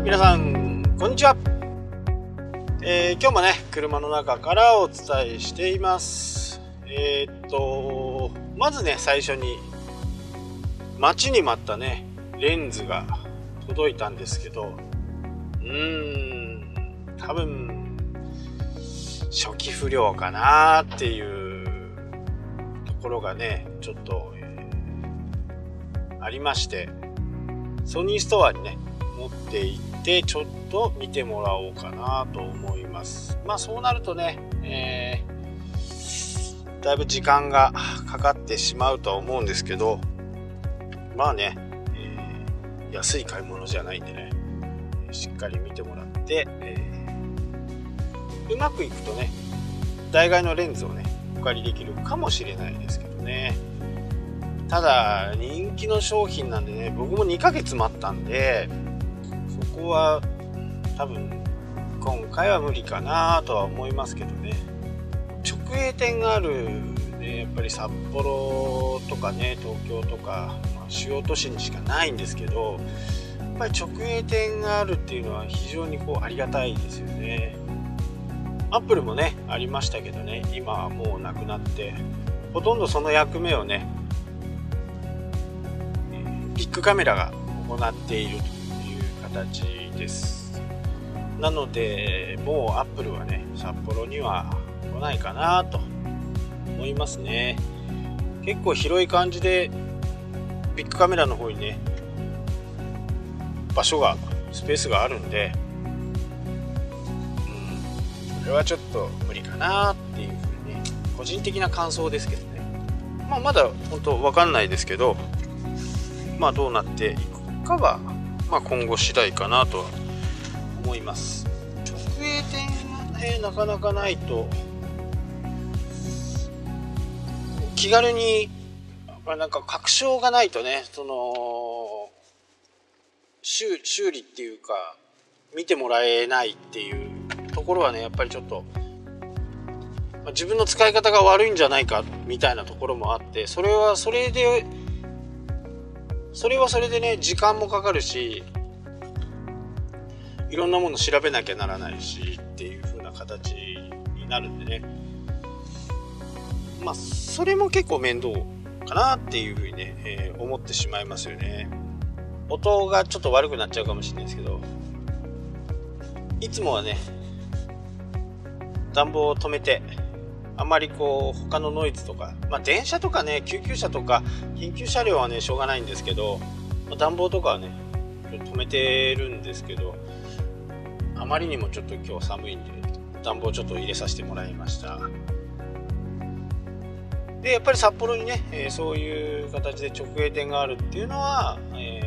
皆さんこんにちは。今日もね車の中からお伝えしています。まずね最初に待ちに待ったねレンズが届いたんですけど、多分初期不良かなっていうところがねちょっと、ありまして、ソニーストアにね持って行ってちょっと見てもらおうかなと思います。そうなるとね、だいぶ時間がかかってしまうとは思うんですけど、安い買い物じゃないんでね、しっかり見てもらって、うまくいくとね代替のレンズをねお借りできるかもしれないですけどね。ただ人気の商品なんでね、僕も2ヶ月待ったんで、そこは多分今回は無理かなとは思いますけどね。直営店があるね、やっぱり札幌とかね東京とか、主要都市にしかないんですけど、やっぱり直営店があるっていうのは非常にありがたいですよね。アップルもねありましたけどね、今はもうなくなって、ほとんどその役目をねビッグカメラが行っているという形です。なのでもうアップルはね札幌には来ないかなと思いますね。結構広い感じでビッグカメラの方にねスペースがあるんで、これはちょっと無理かなっていうふうにね、個人的な感想ですけどね。まだ本当わかんないですけど、どうなっていくかは、今後次第かなとは思います。直営店がねなかなかないと気軽になんか確証がないとね、その修理っていうか見てもらえないっていうところはねやっぱりちょっと、自分の使い方が悪いんじゃないかみたいなところもあって、それはそれでね時間もかかるし、いろんなもの調べなきゃならないしっていう風な形になるんでね、それも結構面倒かなっていう風にね、思ってしまいますよね。音がちょっと悪くなっちゃうかもしれないですけど、いつもはね暖房を止めて、あんまり他のノイズとか、電車とかね救急車とか緊急車両はねしょうがないんですけど、暖房とかはね止めてるんですけど、あまりにもちょっと今日寒いんで暖房ちょっと入れさせてもらいました。でやっぱり札幌にね、そういう形で直営店があるっていうのは、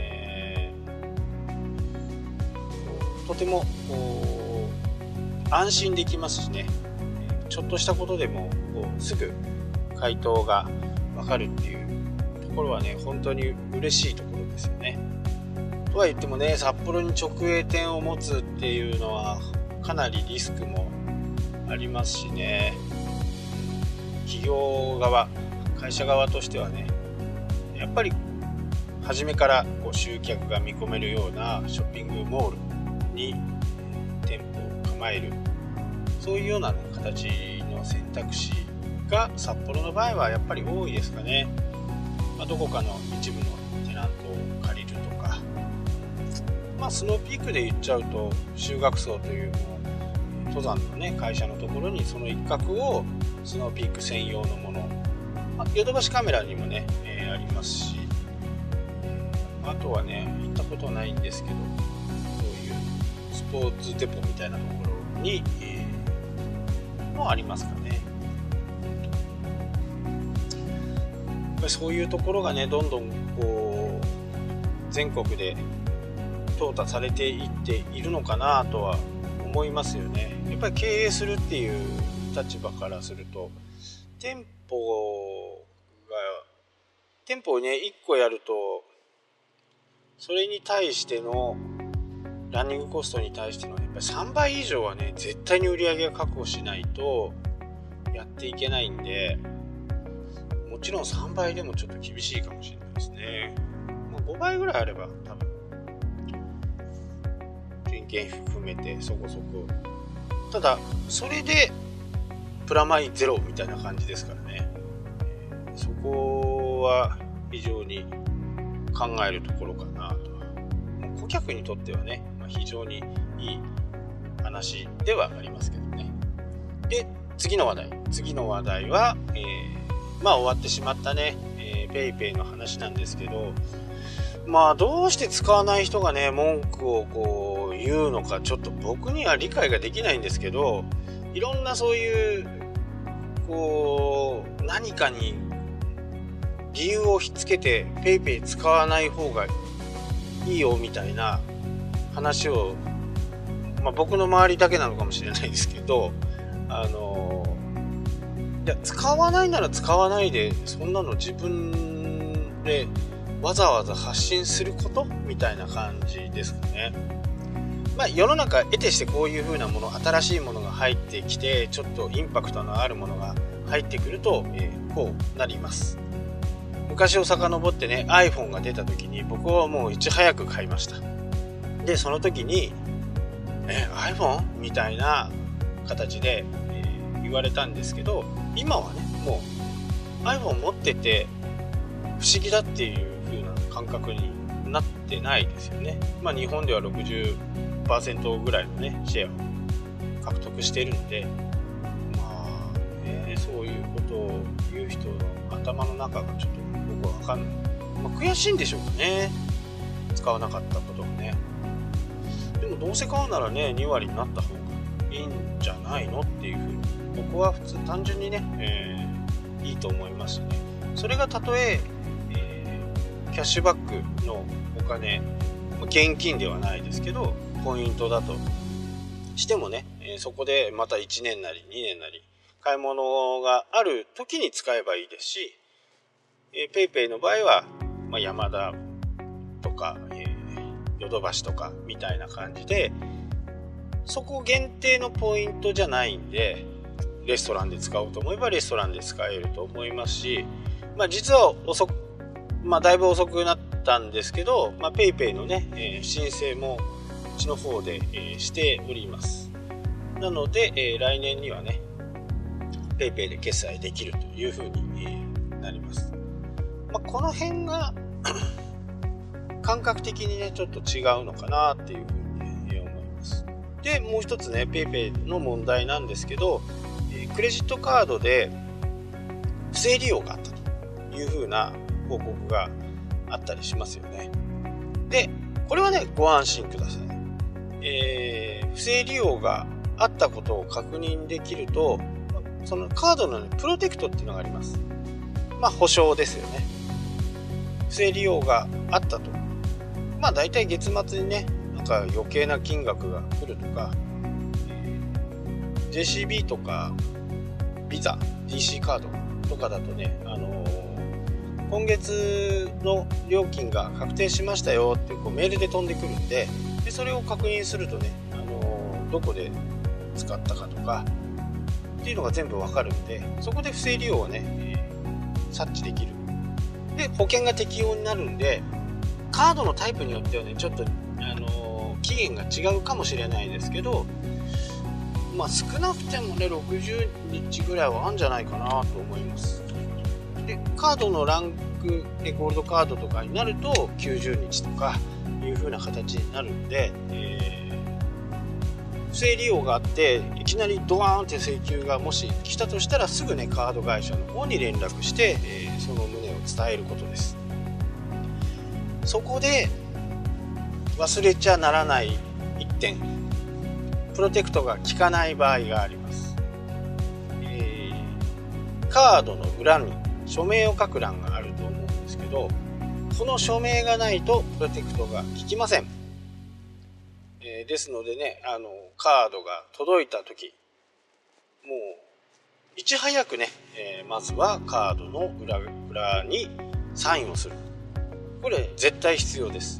とても安心できますしね、ちょっとしたことでもすぐ回答が分かるっていうところはね本当に嬉しいところですよね。とは言ってもね札幌に直営店を持つっていうのはかなりリスクもありますしね、企業側会社側としてはねやっぱり初めから集客が見込めるようなショッピングモールに店舗を構える、そういうような形の選択肢が札幌の場合はやっぱり多いですかね。どこかの一部のテナントを借りるとか、スノーピークで言っちゃうと修学層という登山のね会社のところにその一角をスノーピーク専用のもの、ヨドバシカメラにもね、ありますし、あとはね行ったことないんですけど、そういうスポーツデポみたいなところに、もありますかね。やっぱりそういうところがねどんどん全国で淘汰されていっているのかなとは思いますよね。やっぱり経営するっていう立場からすると、店舗をね1個やるとそれに対してのランニングコストに対してのやっぱり3倍以上はね絶対に売り上げを確保しないとやっていけないんで、もちろん3倍でもちょっと厳しいかもしれないですね。5倍ぐらいあれば多分経費含めてそこそこ。ただそれでプラマイゼロみたいな感じですからね。そこは非常に考えるところかなと。顧客にとってはね、非常にいい話ではありますけどね。で、次の話題は、終わってしまったね、PayPay の話なんですけど、どうして使わない人がね文句をこう言うのかちょっと僕には理解ができないんですけど、いろんなそういうこう何かに理由をひっつけて PayPay 使わない方がいいよみたいな話を、僕の周りだけなのかもしれないですけど、いや使わないなら使わないで、そんなの自分でわざわざ発信することみたいな感じですかね。世の中得てしてこういう風なもの、新しいものが入ってきてちょっとインパクトのあるものが入ってくると、こうなります。昔を遡ってね iPhone が出た時に僕はもういち早く買いました。でその時にiPhone? みたいな形で、言われたんですけど、今はねもう iPhone 持ってて不思議だっていう風な感覚になってないですよね。日本では 60% ぐらいのねシェアを獲得しているので、そういうことを言う人の頭の中がちょっと僕は分かんない。悔しいんでしょうかね、使わなかったことがね。でもどうせ買うならね2割になった方がいいんじゃないのっていう風に僕は普通単純にね、いいと思いますね。それがたとえキャッシュバックのお金、現金ではないですけどポイントだとしてもね、そこでまた1年なり2年なり買い物がある時に使えばいいですし、PayPay の場合は、山田とか、ヨドバシとかみたいな感じでそこ限定のポイントじゃないんで、レストランで使おうと思えばレストランで使えると思いますし、実はだいぶ遅くなったんですけど、PayPay のね、申請もうちの方で、しております。なので、来年にはね PayPay で決済できるというふうに、なります。この辺が感覚的にねちょっと違うのかなっていうふうに、思います。でもう一つね PayPay の問題なんですけど、クレジットカードで不正利用があったというふうな報告があったりしますよね。でこれはねご安心ください。不正利用があったことを確認できると、そのカードの、プロテクトっていうのがあります。保証ですよね。不正利用があったと、だいたい月末にね余計な金額が来るとか、JCB とかビザ DC カードとかだとね、今月の料金が確定しましたよってメールで飛んでくるんで、それを確認するとね、どこで使ったかとかっていうのが全部わかるんで、そこで不正利用はね、察知できる。で保険が適用になるんで、カードのタイプによってはねちょっと期限が違うかもしれないですけど、少なくてもね60日ぐらいはあるんじゃないかなと思います。でカードのランクでゴールドカードとかになると90日とかいう風な形になるんで、不正利用があっていきなりドワーンって請求がもし来たとしたら、すぐねカード会社の方に連絡して、その旨を伝えることです。そこで忘れちゃならない一点、プロテクトが効かない場合があります。カードの裏に署名を書く欄があると思うんですけど、この署名がないとプロテクトが効きません。ですのでね、カードが届いた時、もういち早くね、まずはカードの裏にサインをする。これ絶対必要です。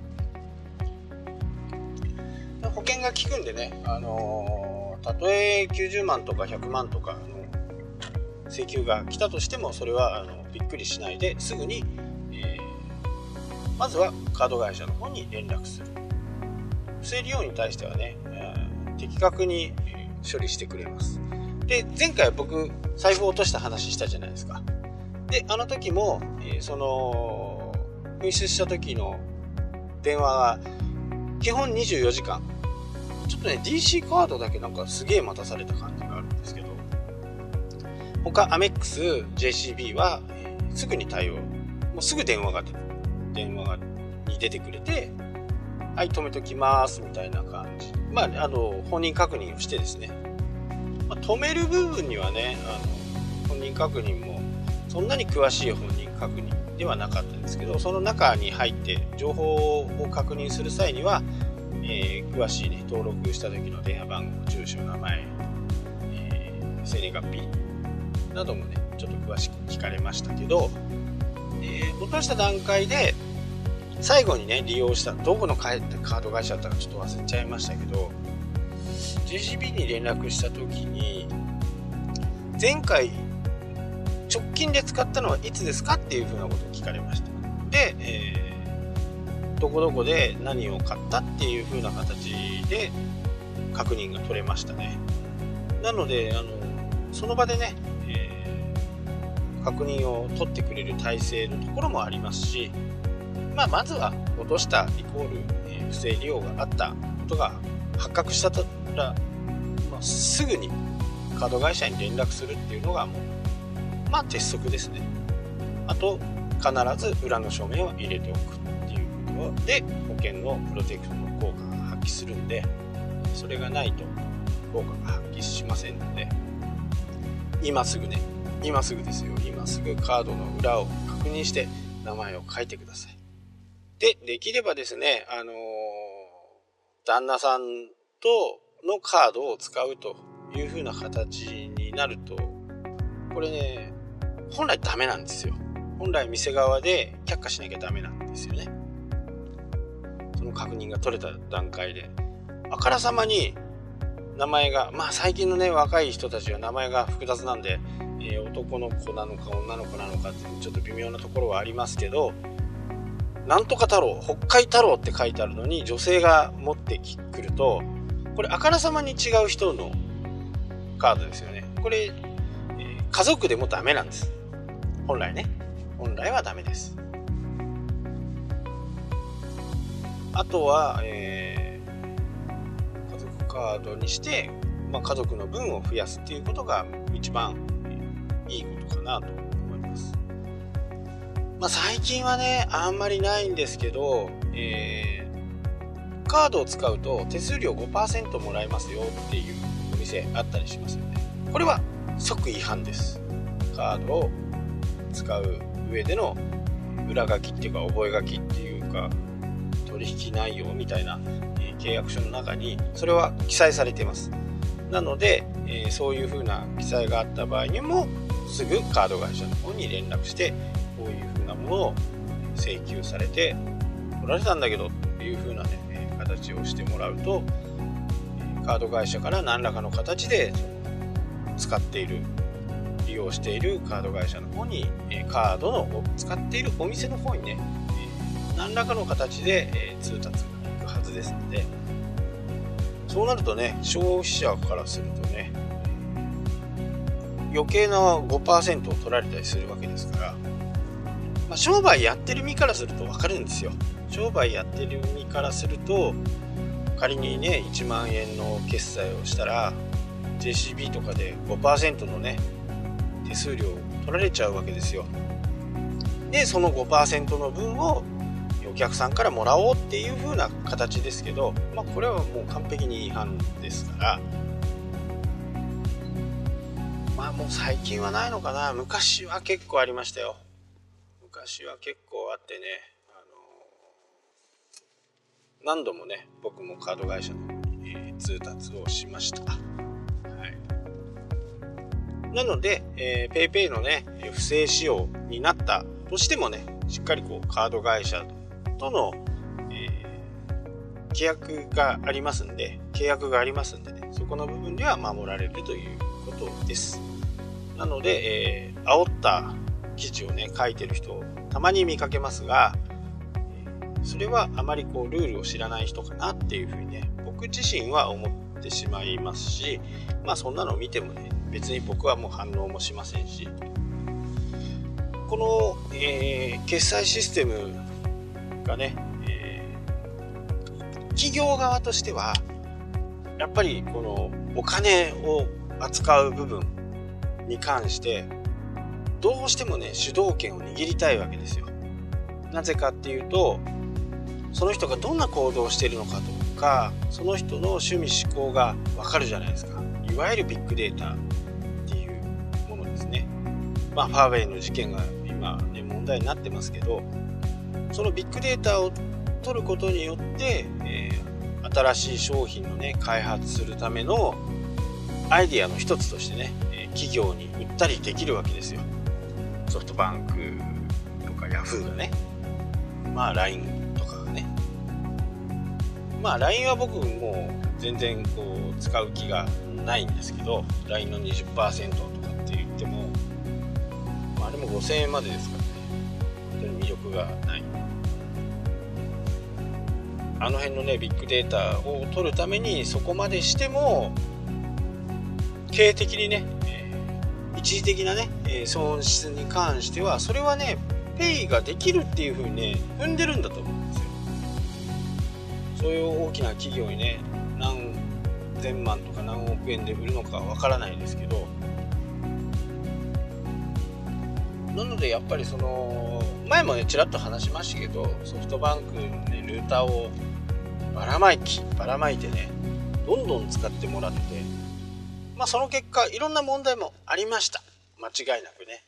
保険が効くんでね、たとえ90万とか100万とかの請求が来たとしても、それはびっくりしないですぐに、まずはカード会社の方に連絡する。 不正利用に対してはね、的確に処理してくれます。で、前回僕財布を落とした話したじゃないですか。で、あの時も、その紛失した時の電話は基本24時間。ちょっとね DC カードだけなんかすげえ待たされた感じがあるんですけど、他アメックス JCB は、すぐに対応、もうすぐ電話に出てくれて、はい、止めときますみたいな感じ。本人確認をしてですね、止める部分にはね、本人確認もそんなに詳しい本人確認ではなかったんですけど、その中に入って情報を確認する際には、詳しいね、登録した時の電話番号、住所、名前、生年月日などもね、ちょっと詳しく聞かれましたけど、落とした段階で最後にね利用したどこのカード会社だったかちょっと忘れちゃいましたけど、 JCB に連絡した時に、前回直近で使ったのはいつですかっていうふうなことを聞かれました。で、どこどこで何を買ったっていう風な形で確認が取れましたね。なのでその場でね、確認を取ってくれる体制のところもありますし、まずは落としたイコール、不正利用があったことが発覚したら、すぐにカード会社に連絡するっていうのがもう鉄則ですね。あと必ず裏の証明を入れておくっていうことで保険のプロテクトの効果が発揮するんで、それがないと効果が発揮しませんので、今すぐですよ、今すぐカードの裏を確認して名前を書いてください。で、できればですね、旦那さんとのカードを使うという風な形になると、これね、本来ダメなんですよ。本来店側で却下しなきゃダメなんですよね。その確認が取れた段階で、あからさまに名前が、最近のね若い人たちは名前が複雑なんで、男の子なのか女の子なのかっていうちょっと微妙なところはありますけど、なんとか太郎、北海太郎って書いてあるのに女性が持ってくると、これあからさまに違う人のカードですよね。これ、家族でもダメなんです。本来はダメです。あとは、家族カードにして、家族の分を増やすっていうことが一番いいことかなと思います。最近はねあんまりないんですけど、カードを使うと手数料 5% もらえますよっていうお店あったりしますよね。これは即違反です。カードを使う上での裏書きっていうか覚書きっていうか取引内容みたいな、契約書の中にそれは記載されています。なので、そういう風な記載があった場合にもすぐカード会社の方に連絡して、こういう風なものを請求されて取られたんだけどっていう風なね形をしてもらうと、カード会社から何らかの形で使っている利用しているカード会社の方にカードの使っているお店の方にね何らかの形で通達がいくはずですので、そうなるとね消費者からするとね余計な 5% を取られたりするわけですから、商売やってる身からすると分かるんですよ。商売やってる身からすると、仮にね1万円の決済をしたら JCB とかで 5% のね手数料を取られちゃうわけですよ。でその 5% の分をお客さんからもらおうっていう風な形ですけど、これはもう完璧に違反ですから、もう最近はないのかな。昔は結構ありましたよ。昔は結構あってね、何度もね僕もカード会社の方に、通達をしました。なので、PayPay のね不正使用になったとしてもね、しっかりカード会社との、契約がありますんでね、そこの部分では守られるということです。なので、煽った記事をね書いてる人をたまに見かけますが、 それはあまりこうルールを知らない人かなっていうふうにね、僕自身は思ってしまいますし、そんなのを見てもね、別に僕はもう反応もしませんし、この、決済システムがね、企業側としてはやっぱりこのお金を扱う部分に関してどうしてもね、主導権を握りたいわけですよ。なぜかっていうと、その人がどんな行動をしているのかとか、その人の趣味嗜好がわかるじゃないですか。いわゆるビッグデータっていうものですね。ファーウェイの事件が今ね問題になってますけど、そのビッグデータを取ることによって、新しい商品のね開発するためのアイディアの一つとしてね、企業に売ったりできるわけですよ。ソフトバンクとかヤフーがね、LINE とかがね、LINE は僕もう全然こう使う気がないんですけど、 LINE の 20% とかって言っても、あれも5000円までですからね、本当に魅力がない。あの辺のねビッグデータを取るためにそこまでしても経営的にね、一時的なね、損失に関してはそれはねペイができるっていう風にね踏んでるんだと思うんですよ。そういう大きな企業にね何千万とか何億円で売るのかわからないですけど、なのでやっぱりその前もねちらっと話しましたけど、ソフトバンクのねルーターをばらまいてねどんどん使ってもらって、その結果いろんな問題もありました、間違いなくね。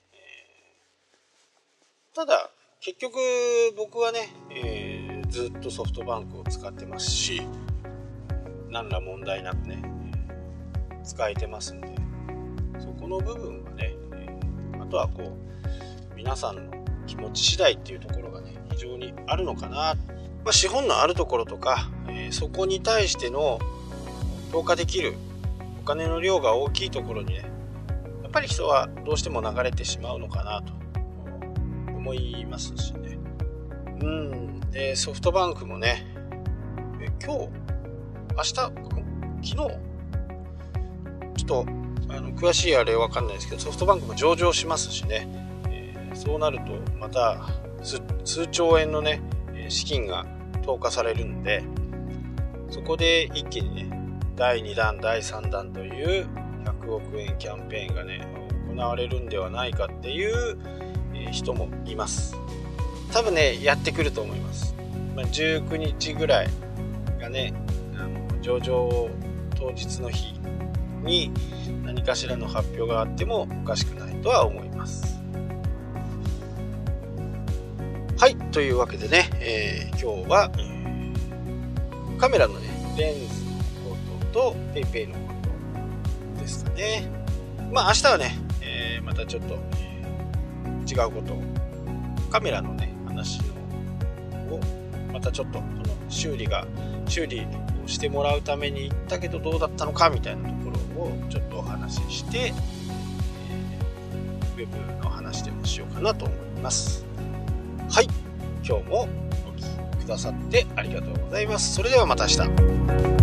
ただ結局僕はね、ずっとソフトバンクを使ってますし、何ら問題なくね、使えてますんで、そこの部分はね、あとはこう皆さんの気持ち次第っていうところがね非常にあるのかな。資本のあるところとか、そこに対しての評価できるお金の量が大きいところにね、やっぱり人はどうしても流れてしまうのかなと思いますしね。でソフトバンクもね、今日明日昨日ちょっと詳しいあれわかんないですけど、ソフトバンクも上場しますしね、そうなるとまた数兆円のね資金が投下されるんで、そこで一気にね第2弾第3弾という100億円キャンペーンがね行われるんではないかっていう人もいます。多分ねやってくると思います。19日ぐらいがね上場当日の日に何かしらの発表があってもおかしくないとは思います。はい、というわけでね、今日は、カメラのねレンズのことと PayPay のことですかね。明日はね、またちょっと、違うことをカメラのね話をまたちょっとこの修理をしてもらうために行ったけどどうだったのかみたいなところをちょっとお話しして、ウェブの話でもしようかなと思います。はい、今日もお聞きくださってありがとうございます。それではまた明日。